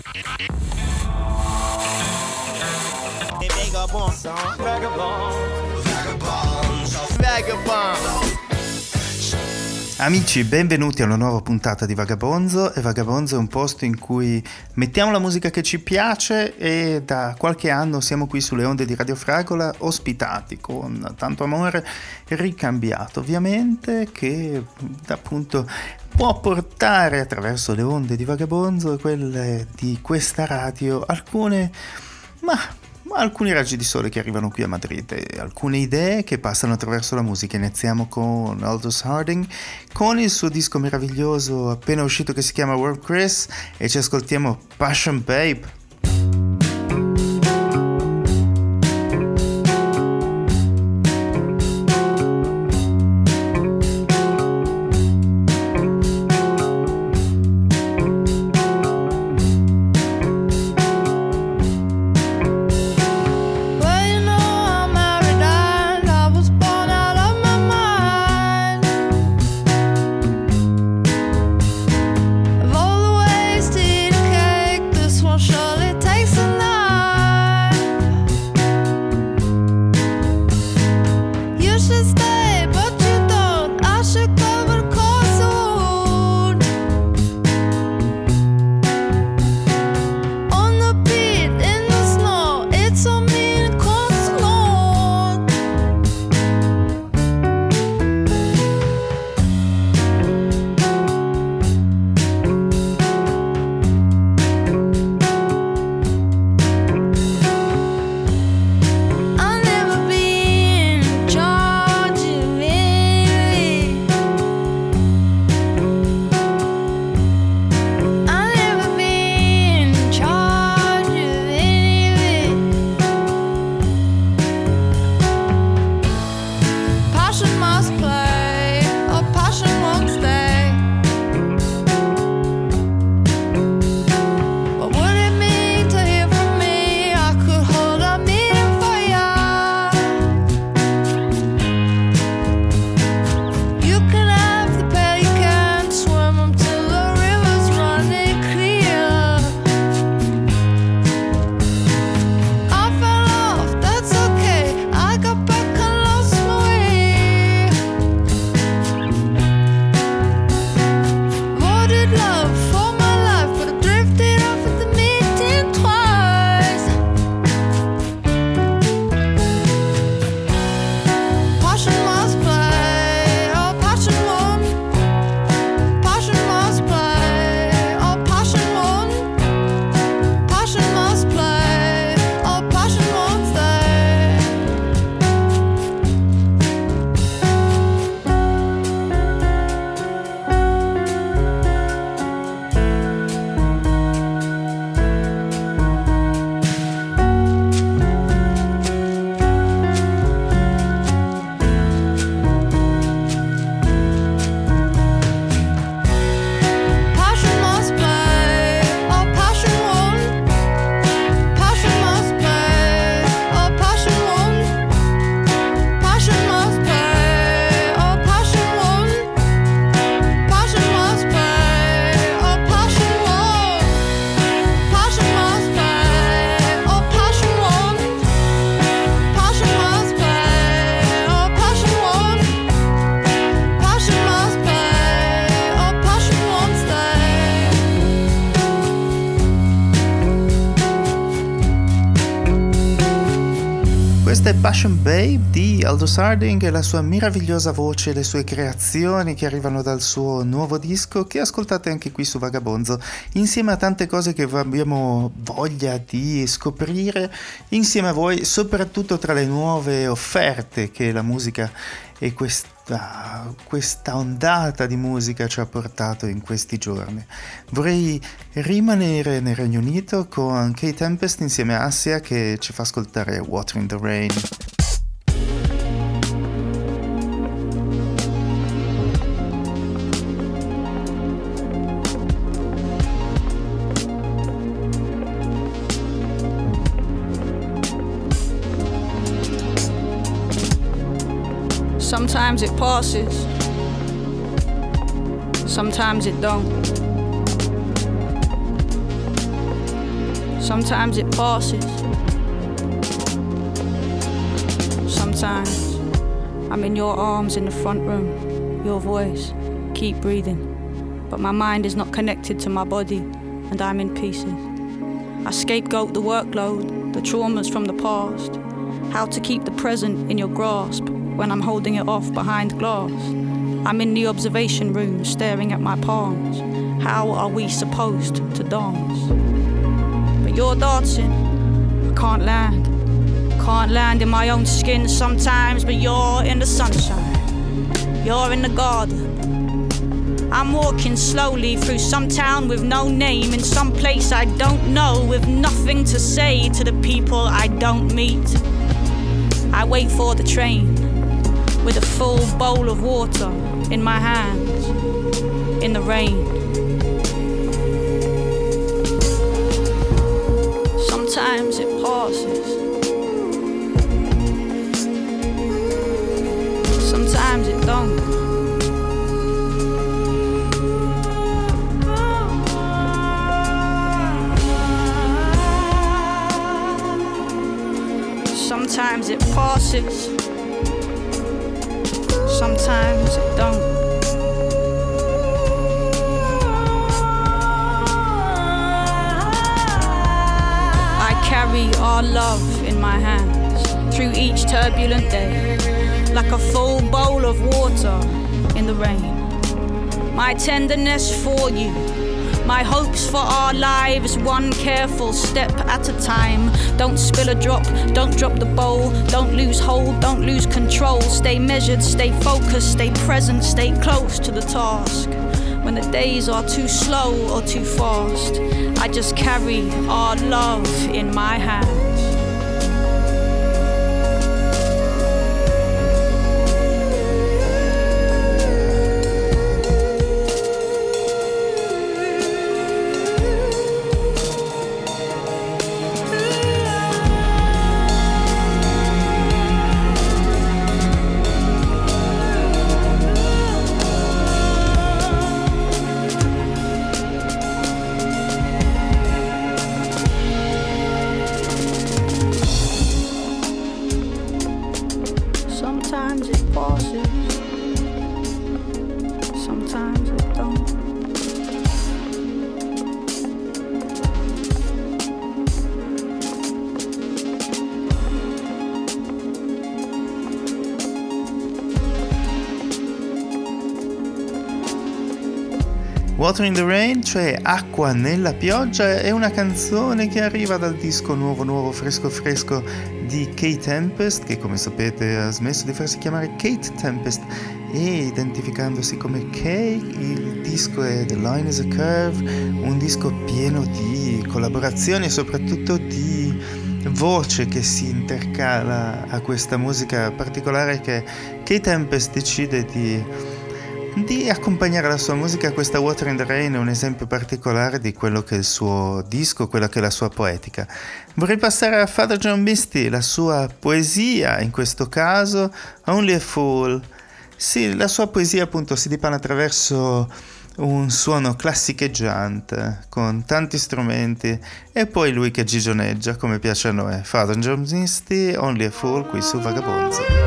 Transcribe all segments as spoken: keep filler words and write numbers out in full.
Amici, benvenuti a una nuova puntata di Vagabonzo. E Vagabonzo è un posto in cui mettiamo la musica che ci piace e da qualche anno siamo qui sulle onde di Radio Fragola ospitati con tanto amore ricambiato ovviamente, che appunto può portare attraverso le onde di Vagabonzo e quelle di questa radio alcune ma Ma alcuni raggi di sole che arrivano qui a Madrid e alcune idee che passano attraverso la musica. Iniziamo con Aldous Harding con il suo disco meraviglioso appena uscito che si chiama Worm Chris e ci ascoltiamo Passion Babe. Questa è Passion Babe di Aldous Harding e la sua meravigliosa voce e le sue creazioni che arrivano dal suo nuovo disco, che ascoltate anche qui su Vagabonzo, insieme a tante cose che abbiamo voglia di scoprire insieme a voi, soprattutto tra le nuove offerte che la musica e questa, questa ondata di musica ci ha portato in questi giorni. Vorrei rimanere nel Regno Unito con Kate Tempest insieme a Assia, che ci fa ascoltare Water in the Rain. Sometimes it passes, sometimes it don't. Sometimes it passes. Sometimes I'm in your arms in the front room, your voice, keep breathing. But my mind is not connected to my body, and I'm in pieces. I scapegoat the workload, the traumas from the past. How to keep the present in your grasp when I'm holding it off behind glass. I'm in the observation room, staring at my palms. How are we supposed to dance? But you're dancing, I can't land. Can't land in my own skin sometimes, but you're in the sunshine. You're in the garden. I'm walking slowly through some town with no name, in some place I don't know, with nothing to say to the people I don't meet. I wait for the train with a full bowl of water in my hands, in the rain. Sometimes it passes. Sometimes it don't. Sometimes it passes. Sometimes it don't. I carry our love in my hands through each turbulent day, like a full bowl of water in the rain. My tenderness for you, my hopes for our lives, one careful step at a time. Don't spill a drop, don't drop the bowl, don't lose hold, don't lose control. Stay measured, stay focused, stay present, stay close to the task. When the days are too slow or too fast, I just carry our love in my hands. Water in the Rain, cioè Acqua nella pioggia, è una canzone che arriva dal disco nuovo nuovo fresco fresco di Kate Tempest, che come sapete ha smesso di farsi chiamare Kate Tempest e identificandosi come Kay. Il disco è The Line is a Curve, un disco pieno di collaborazioni e soprattutto di voce che si intercala a questa musica particolare che Kate Tempest decide di di accompagnare la sua musica. Questa Water in the Rain è un esempio particolare di quello che è il suo disco, quella che è la sua poetica. Vorrei passare a Father John Misty, la sua poesia, in questo caso Only a Fool. Sì, la sua poesia appunto si dipana attraverso un suono classicheggiante con tanti strumenti e poi lui che gigioneggia come piace a noi. Father John Misty, Only a Fool, qui su Vagabonzo.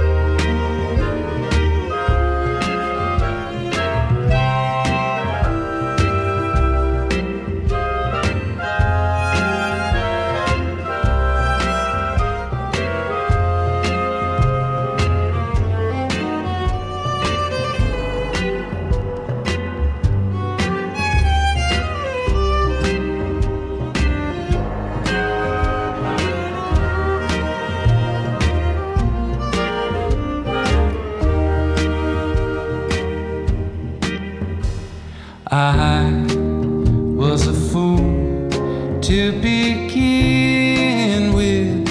I was a fool to begin with,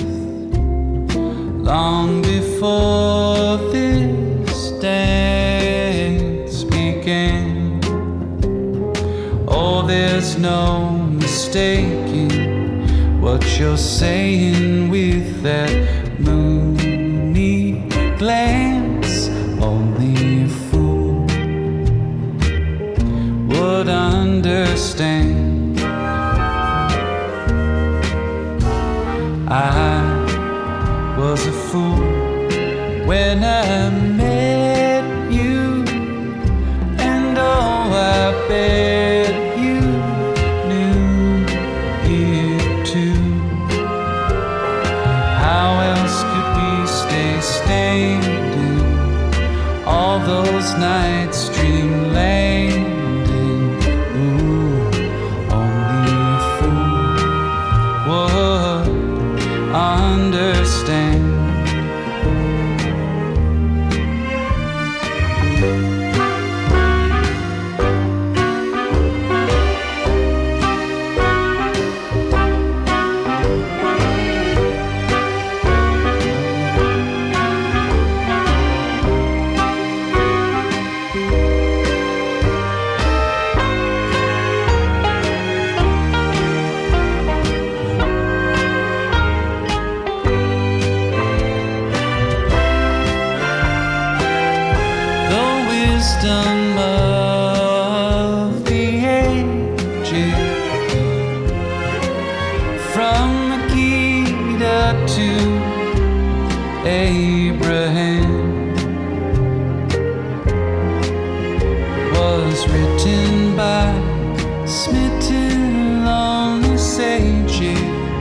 long before this dance began. Oh, there's no mistaking what you're saying with that moony glance. Only a fool would understand. I was a fool when I met you, and oh, I bet you knew it too. How else could we stay standing all those nights dream landing? Ooh, only a fool would understand. Wisdom of the ages, from Makeda to Abraham, was written by smitten lonely sages,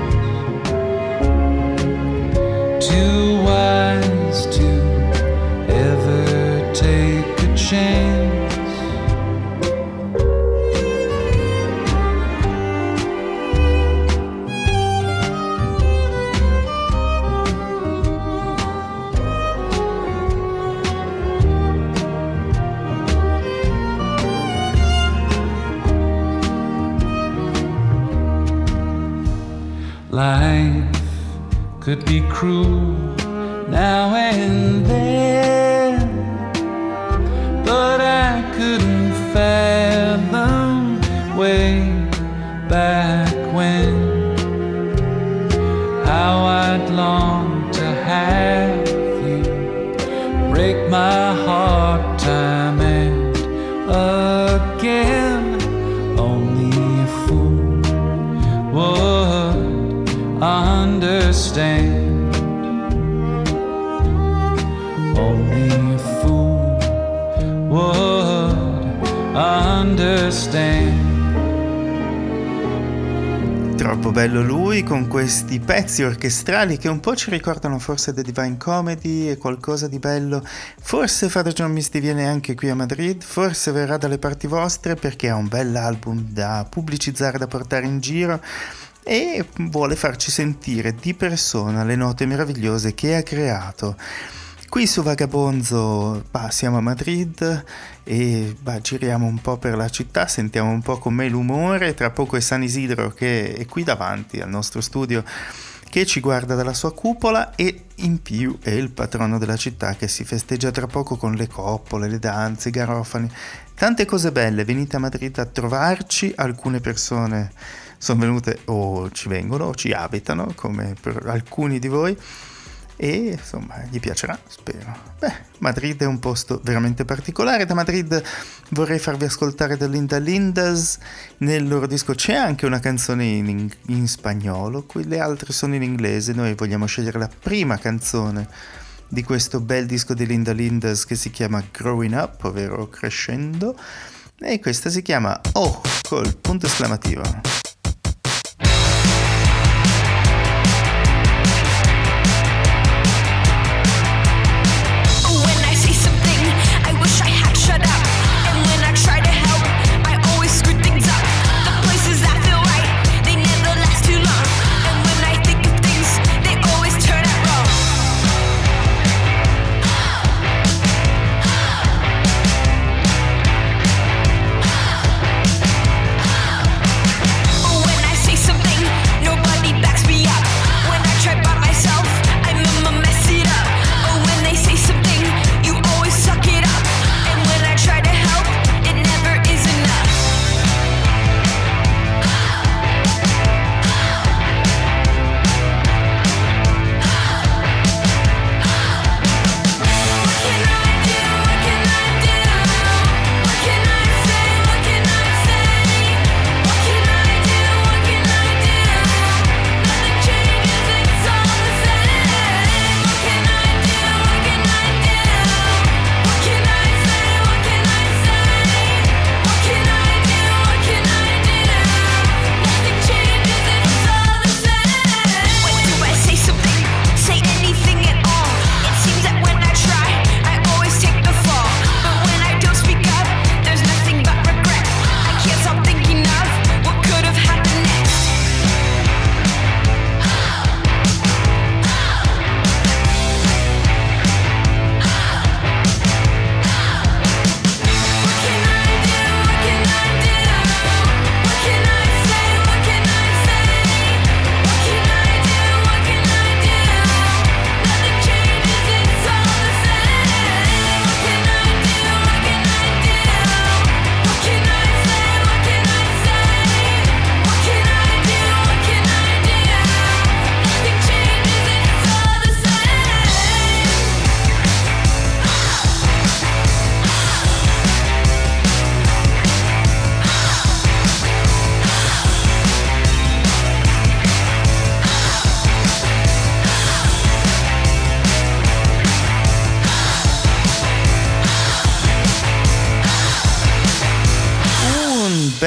too wise to ever take a chance. Life could be cruel now and then, but I couldn't fathom way back when how I'd long to have you break my heart time and again. Only a fool would understand. Only a fool would understand. Troppo bello lui, con questi pezzi orchestrali che un po' ci ricordano forse The Divine Comedy e qualcosa di bello. Forse Father John Misty viene anche qui a Madrid, forse verrà dalle parti vostre perché ha un bell'album da pubblicizzare, da portare in giro e vuole farci sentire di persona le note meravigliose che ha creato. Qui su Vagabonzo bah, siamo a Madrid e bah, giriamo un po' per la città, sentiamo un po' com'è l'umore. Tra poco è San Isidro che è qui davanti al nostro studio, che ci guarda dalla sua cupola, e in più è il patrono della città che si festeggia tra poco con le coppole, le danze, i garofani, tante cose belle. Venite a Madrid a trovarci. Alcune persone sono venute o ci vengono o ci abitano, come per alcuni di voi, e insomma gli piacerà, spero. Beh, Madrid è un posto veramente particolare. Da Madrid vorrei farvi ascoltare da Linda Lindas. Nel loro disco c'è anche una canzone in, in, in spagnolo, qui le altre sono in inglese. Noi vogliamo scegliere la prima canzone di questo bel disco di Linda Lindas che si chiama Growing Up, ovvero crescendo, e questa si chiama Oh, col punto esclamativo. Oh,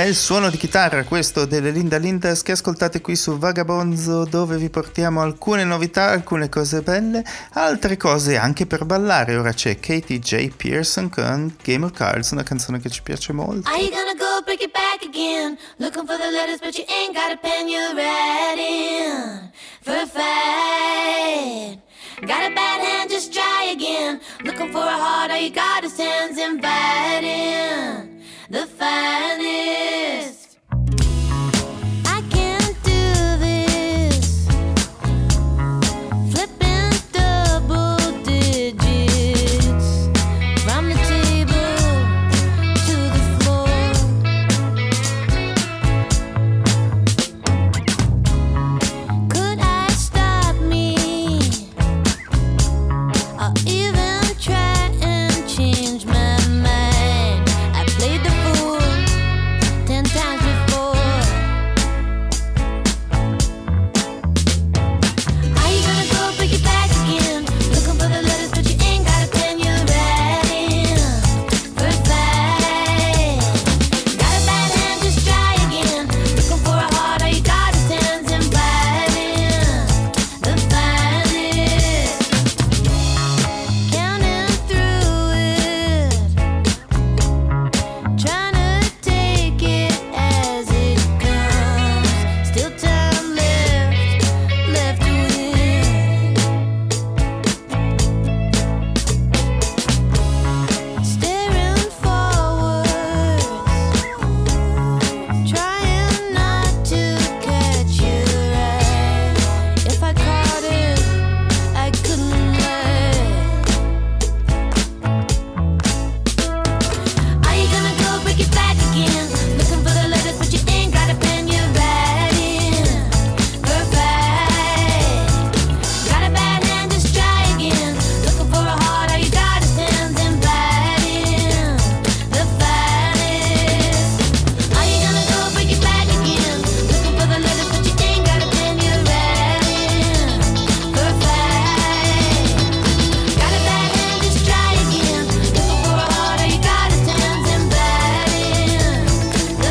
il suono di chitarra, questo delle Linda Lindas che ascoltate qui su Vagabonzo, dove vi portiamo alcune novità, alcune cose belle, altre cose anche per ballare. Ora c'è Katie J. Pearson con Game of Cards, una canzone che ci piace molto. Are you gonna go break it back again? Looking for the letters but you ain't got a pen, you're ready for a fight. Got a bad hand, just try again. Looking for a heart, all you got is hands, inviting the finest. I can't do this, flipping double digits from the table to the floor. Could I stop me? I'll even try and change my mind. I played the fool ten times before. Are you gonna go break it back again? Looking for the letters but you ain't got a pen, you're ready for a fight. Got a bad hand, just try again. Looking for a heart, all you got is hands, inviting the finest. Counting through it, trying to take it as it comes. Still time left, left to win. Staring forwards, trying not to catch your eye. If I caught it, I couldn't lie. Are you gonna go break it back again? Looking for the letters but you ain't got a pen, you're ready for a fight. Got a bad hand, just try again. Looking for a heart, all you got is hands, inviting the finest. Are you gonna go break it back again? Looking for the letters but you ain't got a pen, you're ready for a fight. Got a bad hand, just try again. Looking for a heart, all you got is hands, inviting the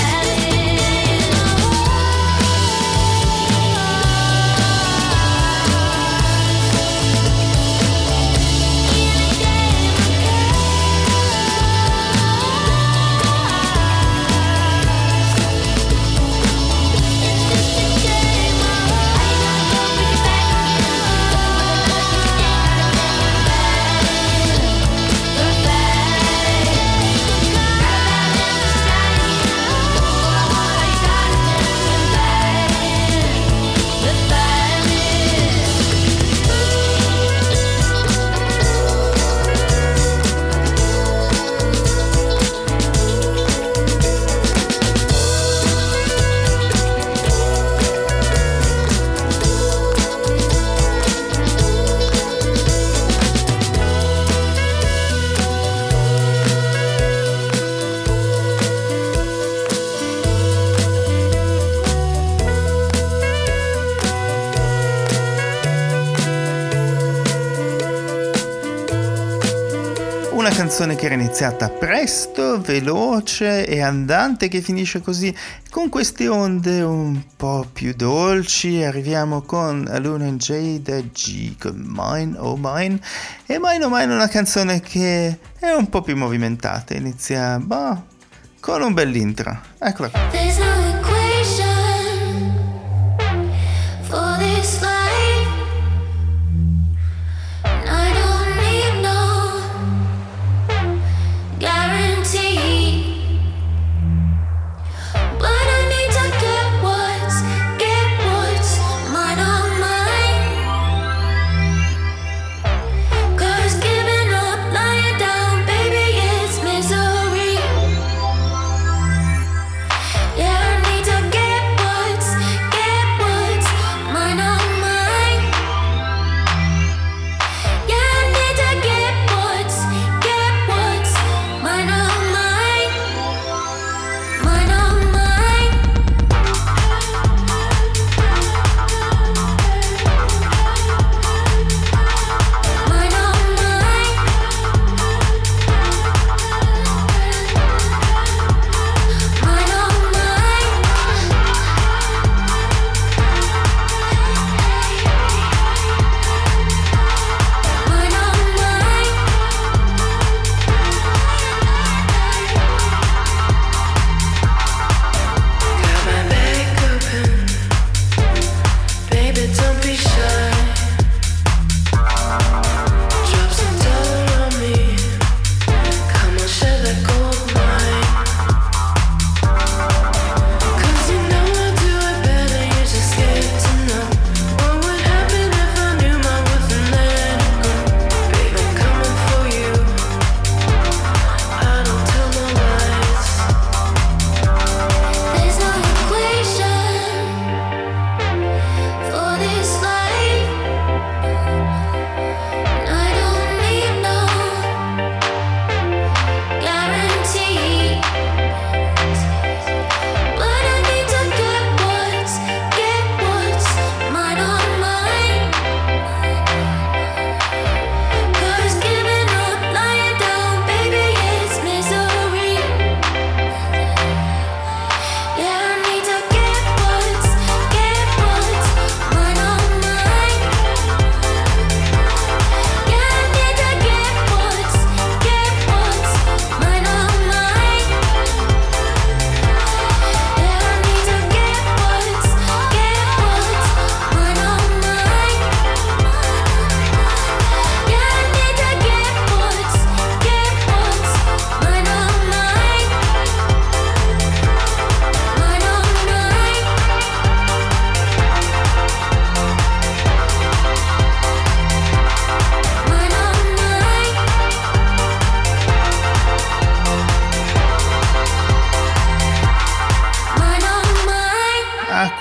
Una canzone che era iniziata presto, veloce e andante, che finisce così con queste onde un po' più dolci. Arriviamo con Aluna and Jada G con Mine Oh Mine, e Mine Oh Mine è una canzone che è un po' più movimentata, inizia boh, con un bell'intro. Eccola qua. There's no equation for this life. I don't need no guarantee, but I need to get what's, get what's mine on mine. 'Cause giving up, lying down, baby, it's misery. Yeah.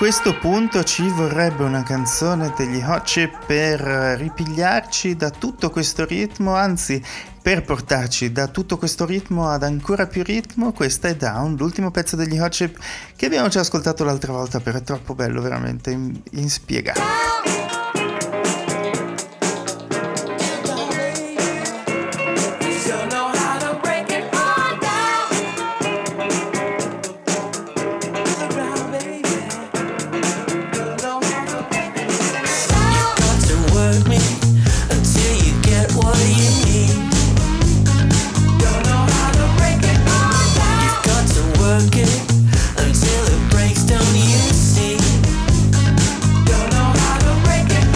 questo punto ci vorrebbe una canzone degli Hot Chip per ripigliarci da tutto questo ritmo, anzi per portarci da tutto questo ritmo ad ancora più ritmo. Questa è Down, l'ultimo pezzo degli Hot Chip che abbiamo già ascoltato l'altra volta, però è troppo bello, veramente inspiegato. Until it breaks down, you see. Don't know how to break it.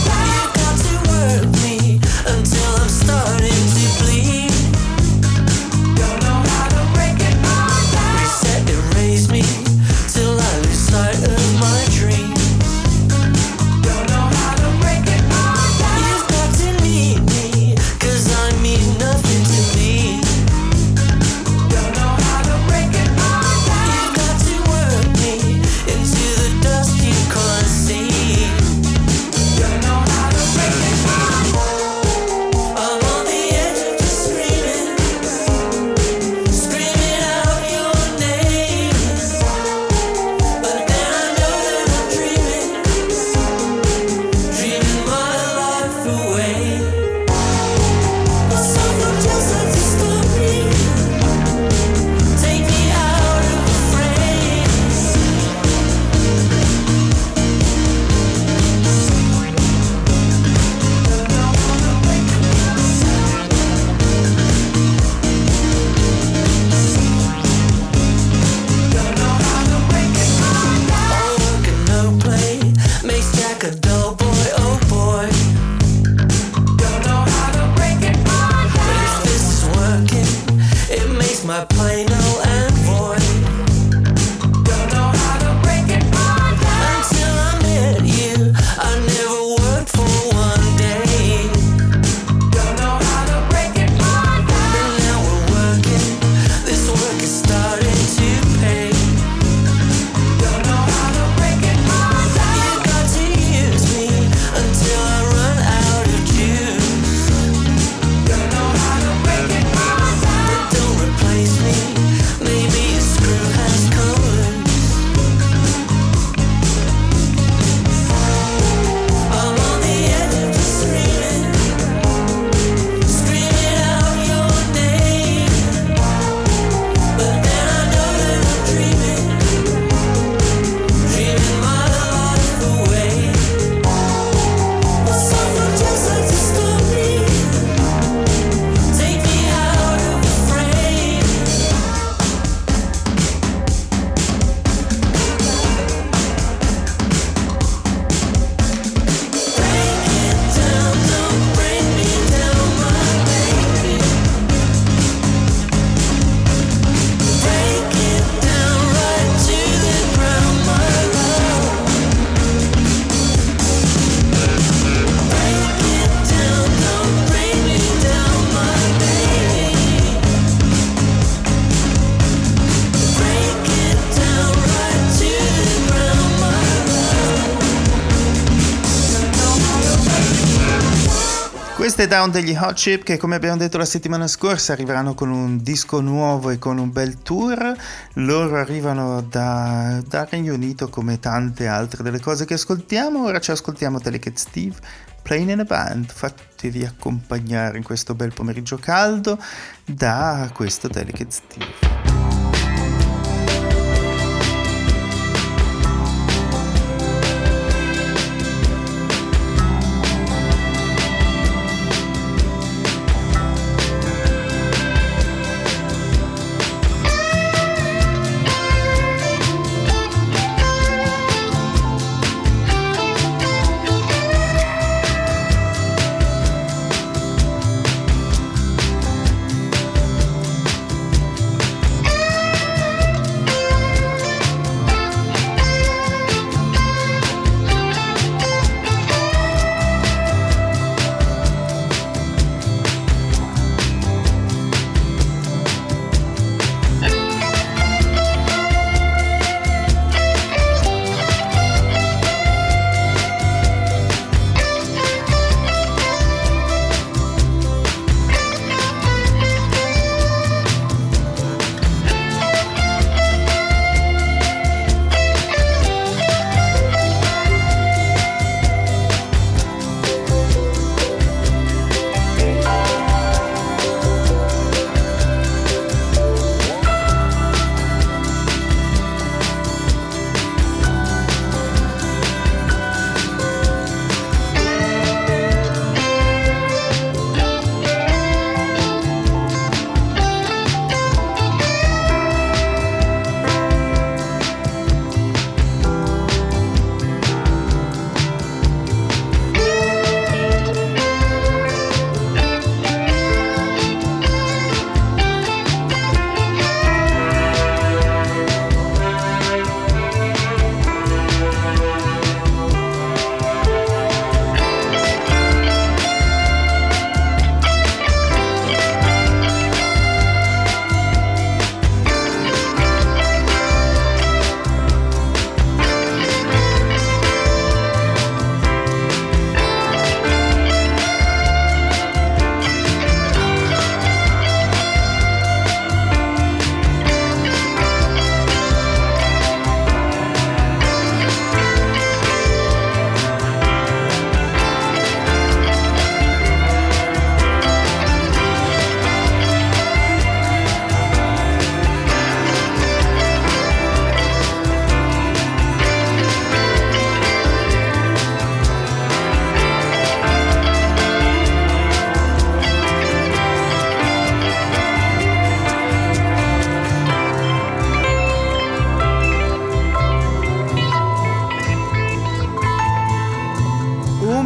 Queste Down degli Hot Chip, che come abbiamo detto la settimana scorsa arriveranno con un disco nuovo e con un bel tour. Loro arrivano da, dal Regno Unito come tante altre delle cose che ascoltiamo. Ora ci ascoltiamo Delicate Steve, Playing in a Band. Fatevi accompagnare in questo bel pomeriggio caldo da questo Delicate Steve.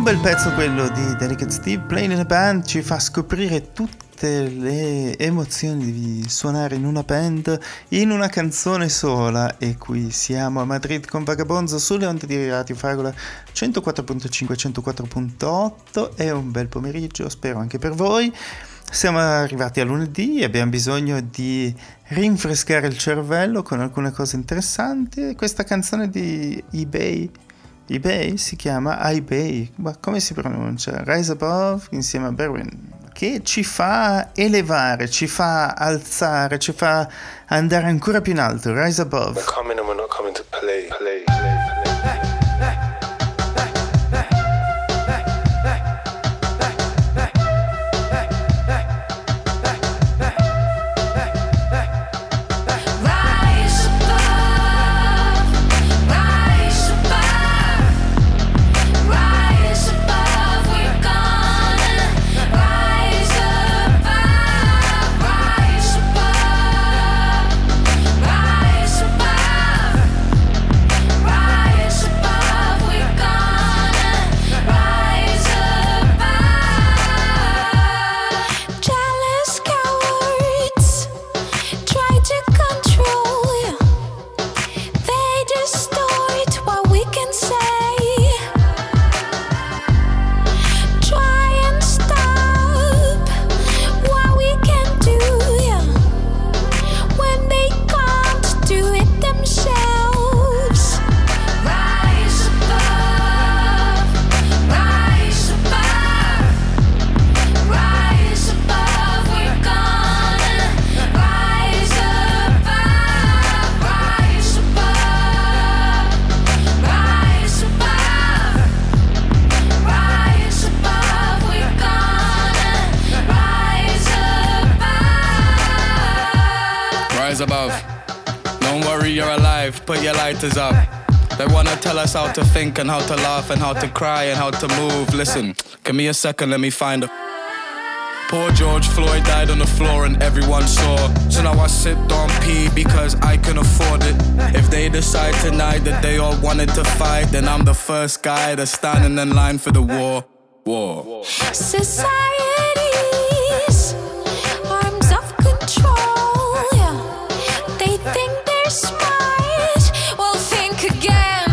bel pezzo quello di Delicate Steve, Playing in a Band, ci fa scoprire tutte le emozioni di suonare in una band, in una canzone sola. E qui siamo a Madrid con Vagabonzo sulle onde di Radio Fragola centoquattro virgola cinque e centoquattro virgola otto. È un bel pomeriggio, spero anche per voi. Siamo arrivati a lunedì e abbiamo bisogno di rinfrescare il cervello con alcune cose interessanti. Questa canzone di eBay eBay si chiama eBay, ma come si pronuncia? Rise Above insieme a Berwin, che ci fa elevare, ci fa alzare, ci fa andare ancora più in alto. Rise Above. We're coming and we're not coming to play, play, play, play. Put your lighters up. They wanna tell us how to think and how to laugh and how to cry and how to move. Listen, give me a second, let me find a... Poor George Floyd died on the floor and everyone saw. So now I sipped on pee because I can afford it. If they decide tonight that they all wanted to fight, then I'm the first guy that's standing in line for the war. War. Society's arms of control, yeah. They think they're smart. Well, think again.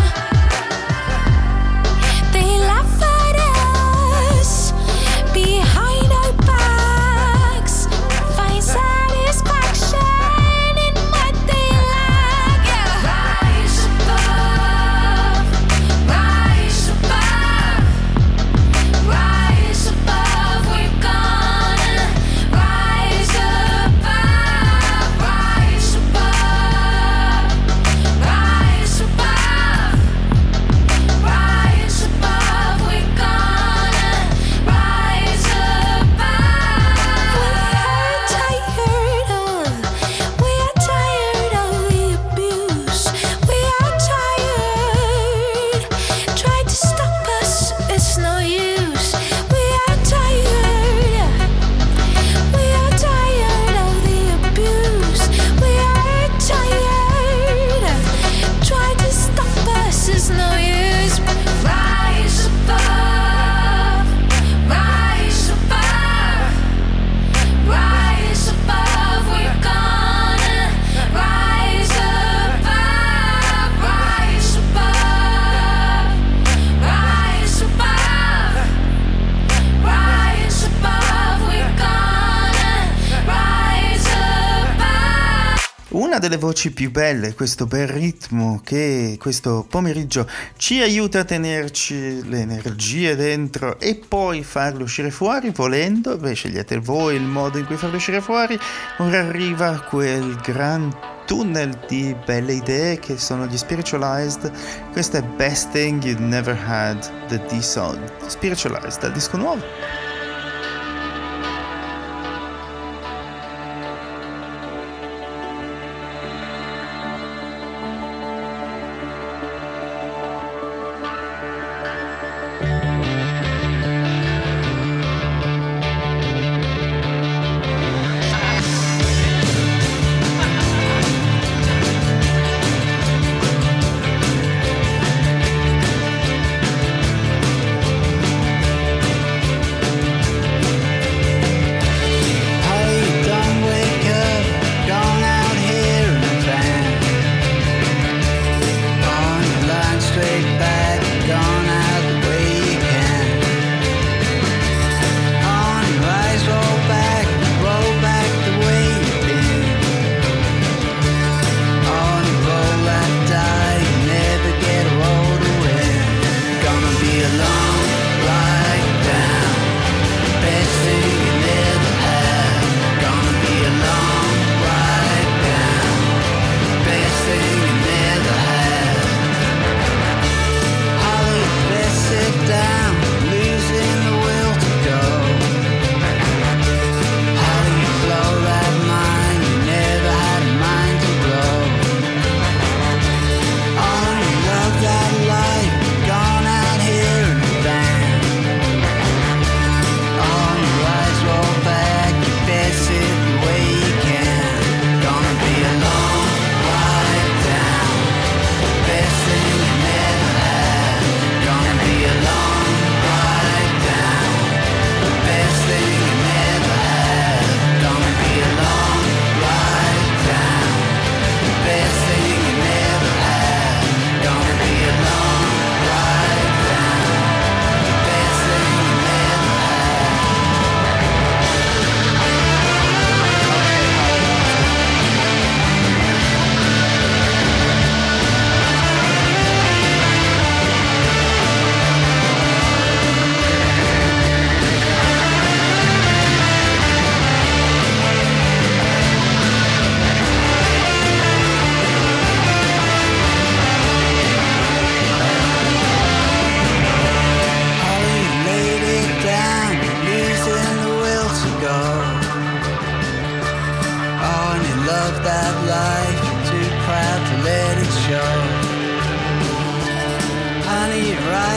They laugh at us behind our backs. Find satisfaction in what they lack. Yeah. Rise above, rise above, rise above. We're gonna rise above, rise above, rise above, rise above. We're gonna rise above. We're tired of, we are tired of the abuse. We are tired. Try to stop us, it's no use. We are tired. We are tired of the abuse. We are tired. Try to stop us, it's no use. Rise above, rise above, rise above. We're gonna rise above, rise above, rise above, rise above. We're gonna rise above. Una delle voci più belle, questo bel ritmo che questo pomeriggio ci aiuta a tenerci le energie dentro e poi farlo uscire fuori volendo. Beh, scegliete voi il modo in cui farlo uscire fuori. Ora arriva quel gran tunnel di belle idee che sono gli Spiritualized. Questo è Best Thing You'd Never Had, the D-Song. Spiritualized, dal disco nuovo.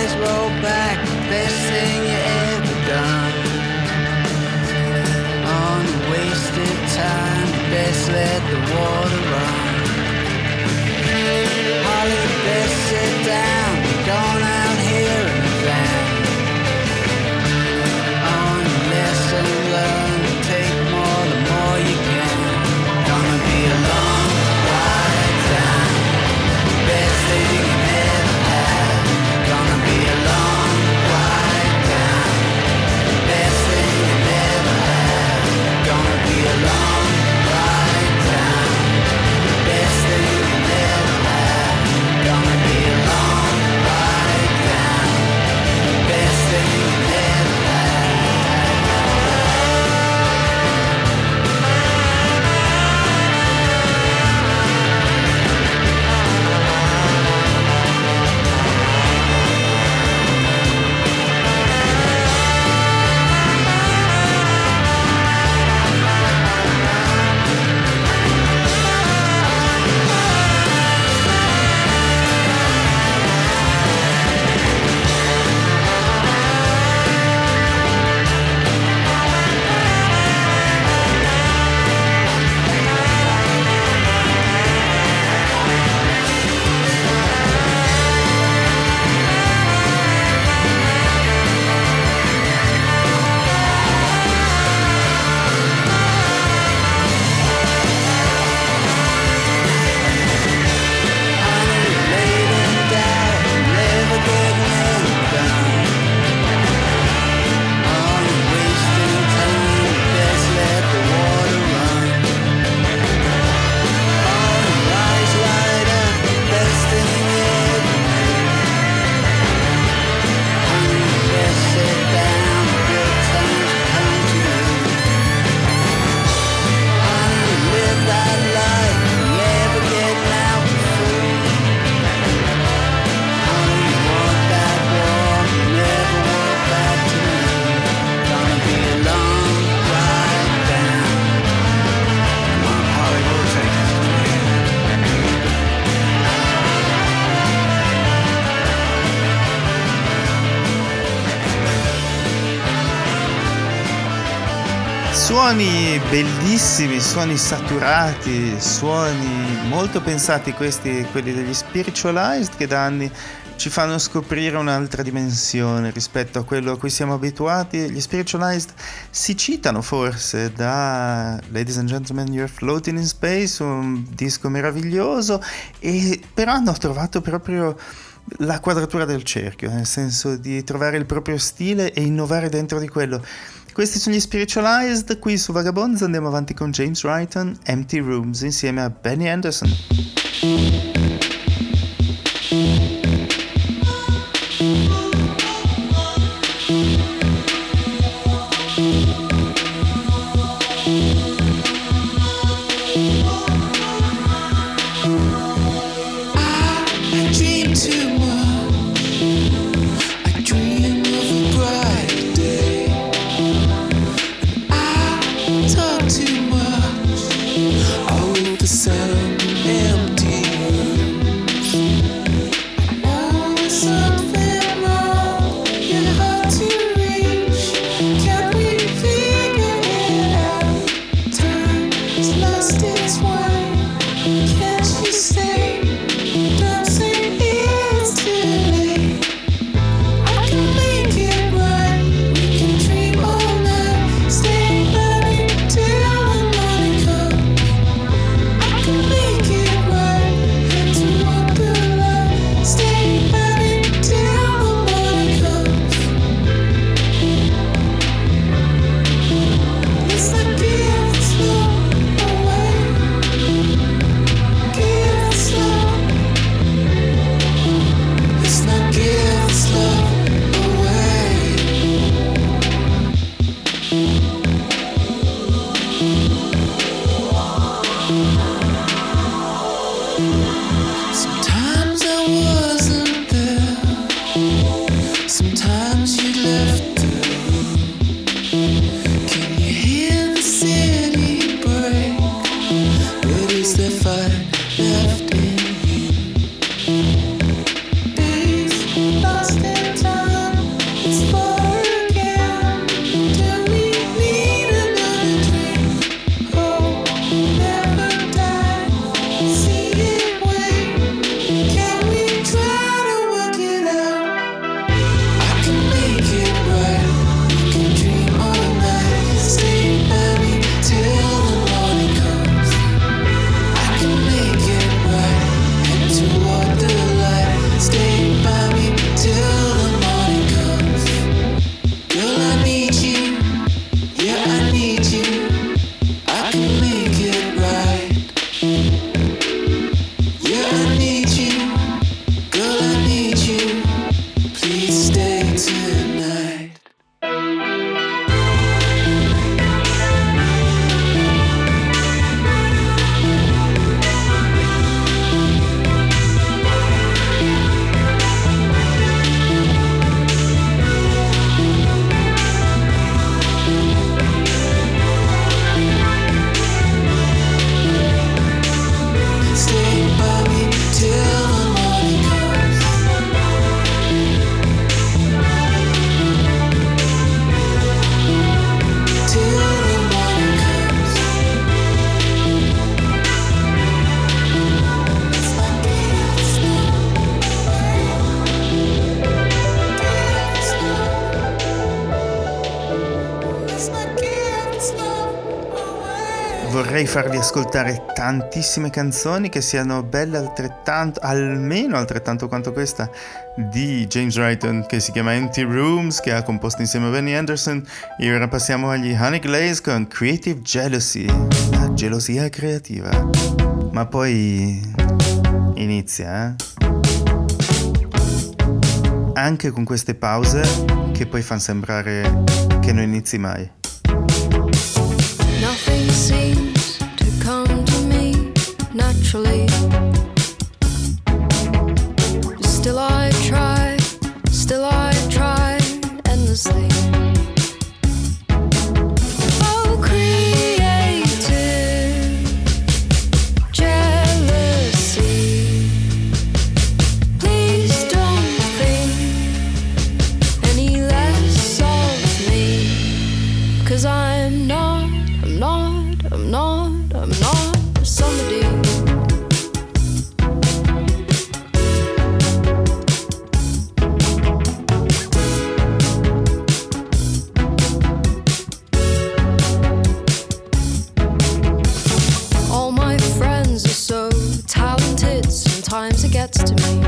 eyes roll back, best thing you ever done. On wasted time, best let the water run. Holly, best sit down, gone out here in the van. On a lesson learned, take more the more you can. Gonna be a long ride down, best thing you ever had. Gonna be a long ride down, best thing you ever had. Gonna be a long ride down, best thing you ever had. Gonna be a long ride down, best thing you ever had. Suoni bellissimi, suoni saturati, suoni molto pensati, questi, quelli degli Spiritualized, che da anni ci fanno scoprire un'altra dimensione rispetto a quello a cui siamo abituati. Gli Spiritualized si citano forse da Ladies and Gentlemen, You're Floating in Space, un disco meraviglioso, e però hanno trovato proprio la quadratura del cerchio, nel senso di trovare il proprio stile e innovare dentro di quello. Questi sono gli Spiritualized, qui su Vagabonds andiamo avanti con James Wrighton, Empty Rooms, insieme a Benny Anderson. Talk too much, all the sun and Please stay tonight. Stay by me till the morning comes. Till the morning comes. It's my gift, it's love. It's my gift, it's love. Vorrei farvi ascoltare tantissime canzoni che siano belle altrettanto, almeno altrettanto quanto questa di James Wrighton, che si chiama Empty Rooms, che ha composto insieme a Benny Anderson. E ora passiamo agli Honeyglaze con Creative Jealousy, la gelosia creativa. Ma poi inizia, eh? Anche con queste pause che poi fanno sembrare che non inizi mai. Nothing seems to come to me naturally. Still I try, still I try endlessly. Oh, creative jealousy. Please don't think any less of me, 'cause I'm not, I'm not, I'm not, I'm not somebody. All my friends are so talented, sometimes it gets to me.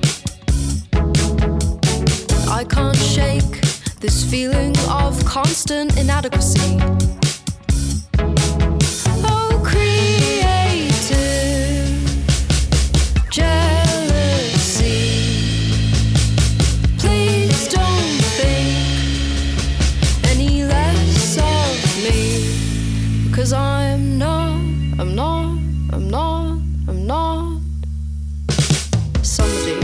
I can't shake this feeling of constant inadequacy. Oh, creative jealousy. Please don't think any less of me, 'cause I'm not, I'm not, I'm not, I'm not somebody.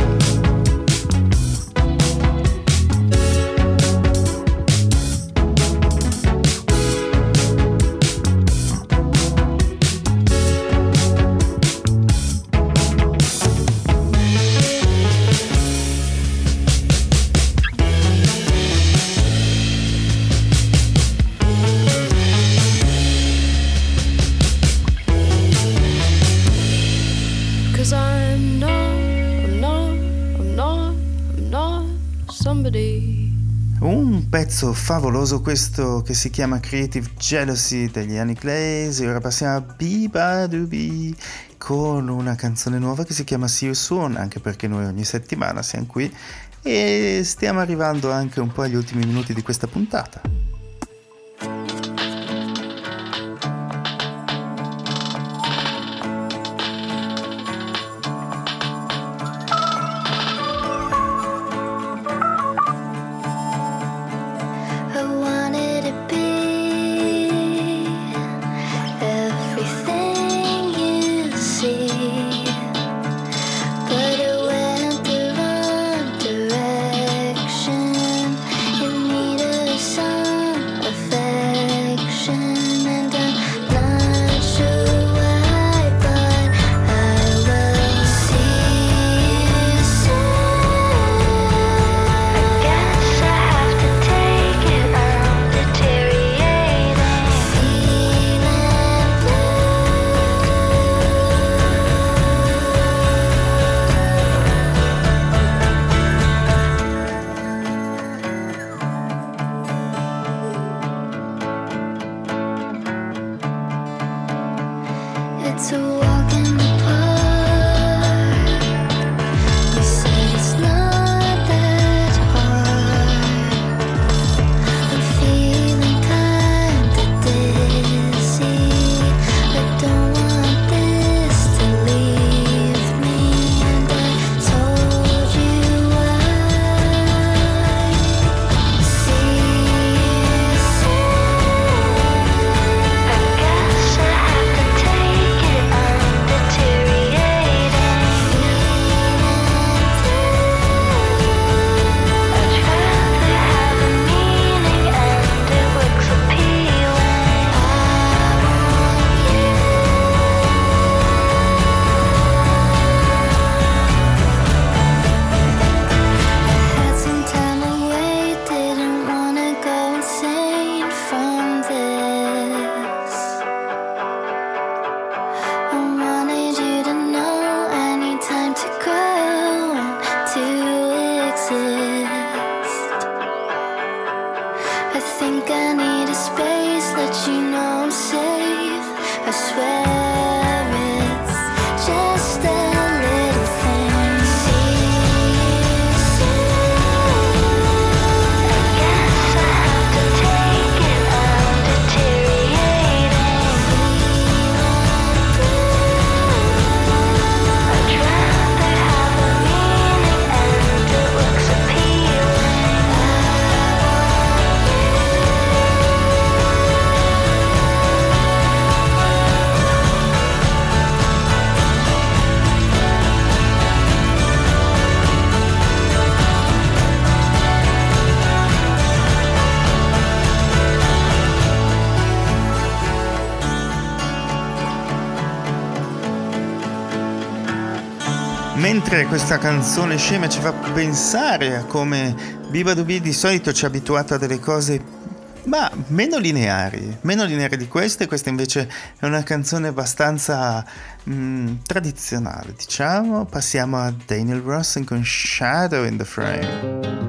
Un pezzo favoloso questo che si chiama Creative Jealousy degli Honeyglaze. E ora passiamo a Biba Dubi con una canzone nuova che si chiama See You Soon, anche perché noi ogni settimana siamo qui e stiamo arrivando anche un po' agli ultimi minuti di questa puntata. I wanted to be everything you see, but it went the wrong direction. You need a sign. mentre questa canzone scema ci fa pensare a come Bibadoubi di solito ci ha abituato a delle cose ma meno lineari, meno lineari di queste, questa invece è una canzone abbastanza mh, tradizionale, diciamo. Passiamo a Daniel Rossen con Shadow in the Frame.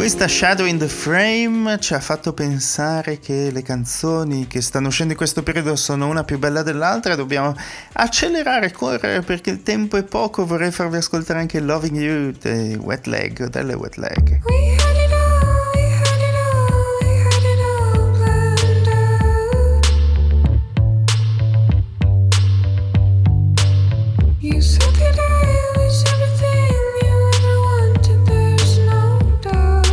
Questa Shadow in the Frame ci ha fatto pensare che le canzoni che stanno uscendo in questo periodo sono una più bella dell'altra. Dobbiamo accelerare, correre perché il tempo è poco. Vorrei farvi ascoltare anche Loving You dei Wet Leg, delle Wet Leg. We had it all, we had it all, we had it all planned out. You said that I was everything you ever wanted, there's no doubt.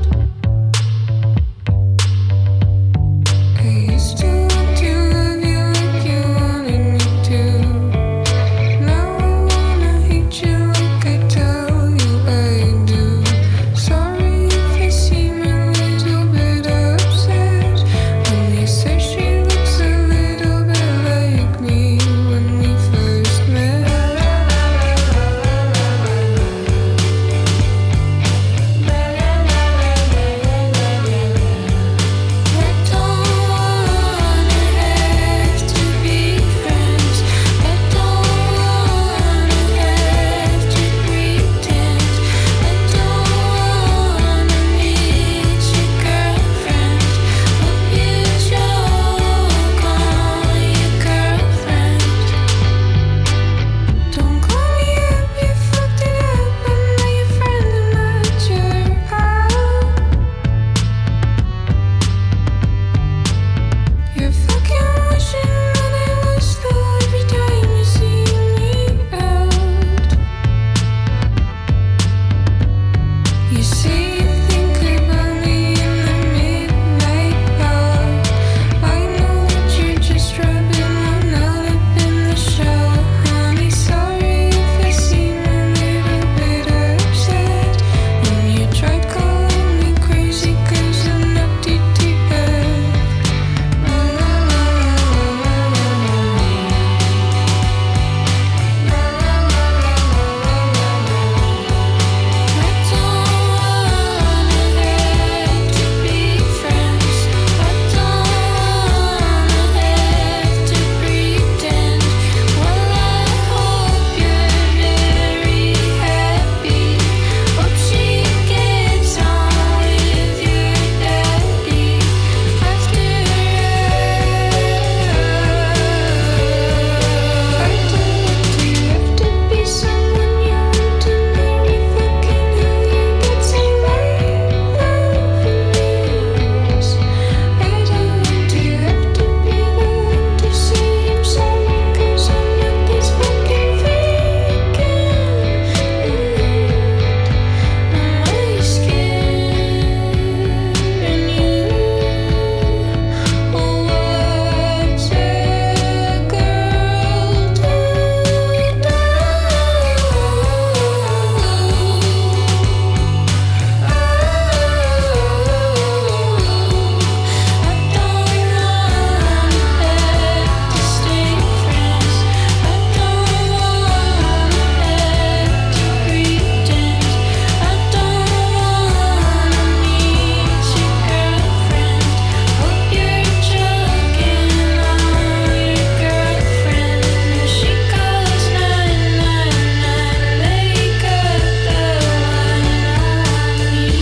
I used to want to love you like you wanted me to. Now I wanna hate you like I tell you I do. Sorry if I seem a little bit upset when you say she looks a little bit like me when we first met. I don't wanna have to be friends. I don't wanna have to pretend. I don't wanna meet your girlfriend. Hope you joke on your girlfriend. Don't call me up, you fucked it up. I'm not your friend, I'm not your pal. You're fucking wishing that I was though every time you see me out. You say you think about me in the midnight hour. I know that you're just rubbing one out up in the shower, honey. Sorry if I seem a little bit upset when you tried calling me crazy 'cause I'm not D T F. I don't wanna have to be friends. I don't wanna have to pretend. Well, I hope you're very happy. Hope she gets on with your daddy after I do you have to be someone you want to marry? Fucking hell, you could say my love is. I don't want you have to be the one to say I'm sorry 'cause I'm not this fucking freaking on my skin and you. Oh, what's a girl to do? I don't wanna have to stay friends. I don't wanna have to pretend. I don't wanna meet your girlfriend. Hope you're joking on your girlfriend. She calls nine nine nine. They got the line on you.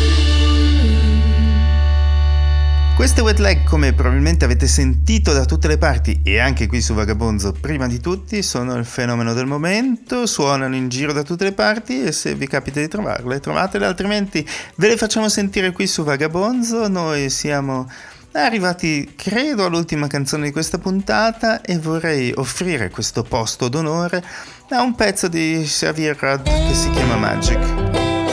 Queste Wet Leg, come probabilmente avete sentito da tutte le parti e anche qui su Vagabonzo prima di tutti, sono il fenomeno del momento, suonano in giro da tutte le parti e se vi capita di trovarle, trovatele, altrimenti ve le facciamo sentire qui su Vagabonzo. Noi siamo arrivati, credo, all'ultima canzone di questa puntata e vorrei offrire questo posto d'onore a un pezzo di Xavier Rudd che si chiama Magic.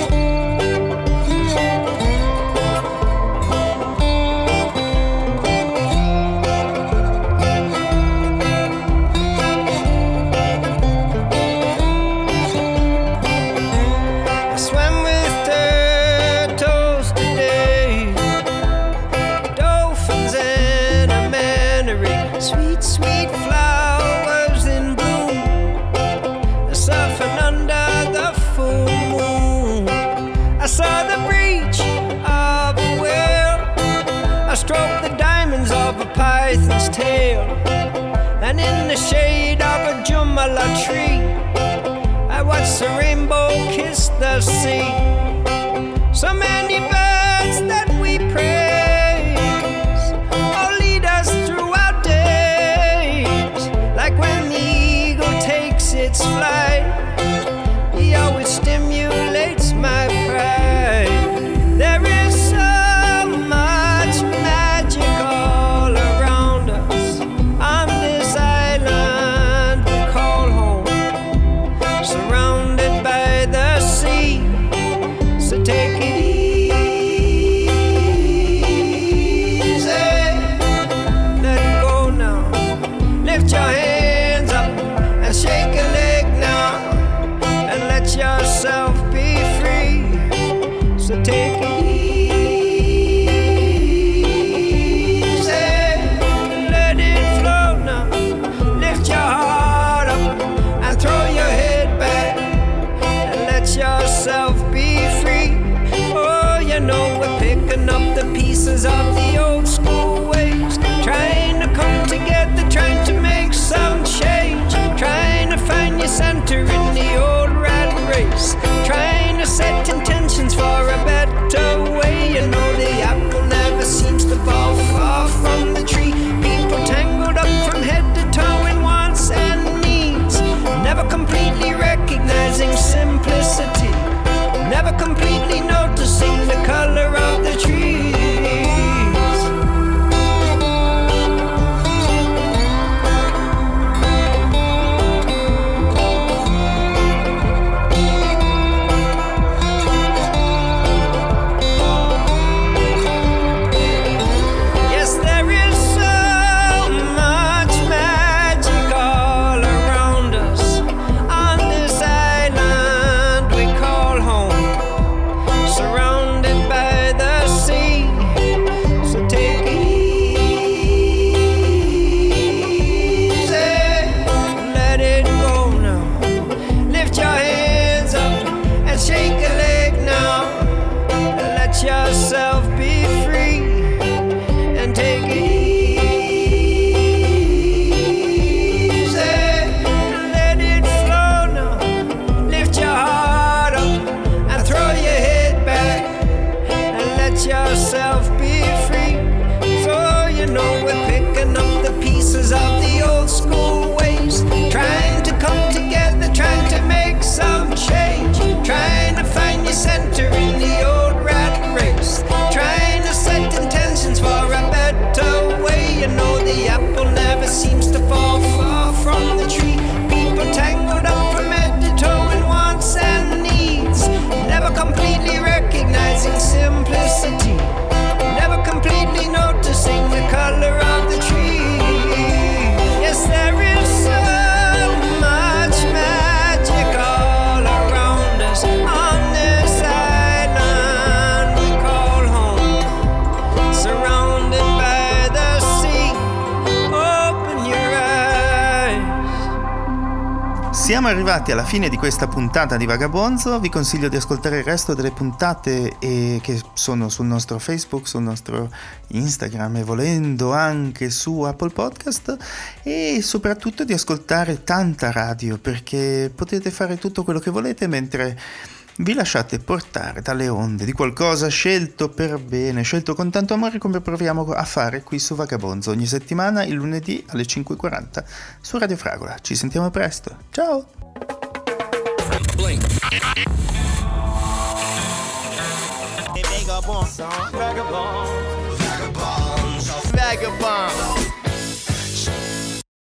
I swam with turtles today, dolphins and a mandarin, sweet, sweet flowers in bloom, surfing under the full moon. I saw the breach of a whale, I stroked the diamonds of a python's tail, and in the shade of a jumala tree I watched the rainbow kiss the sea. So many birds words that we praise, oh, lead us through our days, like when the eagle takes its flight. He always stimulates my pride. There is so much magic all around us on this island we call home, surrounded by the sea. So take it easy, let it go now. Lift your hands up and shake a leg now, and let yourself be free. So take it easy, let it flow now. Lift your heart up and throw your head back, and let yourself be free. Oh, you know we're picking up the pieces of the old school ways, trying to come together, trying to make some change, trying to find your center in the old rat race, trying to set intentions for a better way. You know the apple never seems to fall far from the tree. People tangled up from head to toe in wants and needs, never completely recognizing simplicity, never completely noticing the color of the trees. Yes, there is so much magic all around us on this island we call home, surrounded by the sea. So take it easy, let it go now. Lift your hands up and shake a leg now, and let yourself be free. And take it easy, let it flow now. Lift your heart up and throw your head back, and let yourself be free. So you know we're picking up the pieces of the old school ways, trying to come together, trying to make some change, trying to find your center in the old rat race, trying to set intentions for a better way. You know the apple never seems to fall far from the tree. People tangled up from head to toe in wants and needs, never completely recognizing simplicity, never completely noticing the color of the tree. Yes, there is so much magic all around us on this island we call home, surrounded by the sea. Open your eyes. Siamo arrivati alla fine di questa puntata di Vagabonzo. Vi consiglio di ascoltare il resto delle puntate eh, che sono sul nostro Facebook, sul nostro Instagram e volendo anche su Apple Podcast, e soprattutto di ascoltare tanta radio, perché potete fare tutto quello che volete mentre vi lasciate portare dalle onde di qualcosa scelto per bene, scelto con tanto amore, come proviamo a fare qui su Vagabonzo ogni settimana il lunedì alle cinque e quaranta su Radio Fragola. Ci sentiamo presto, ciao! Vagabond, vagabond, vagabond, vagabond.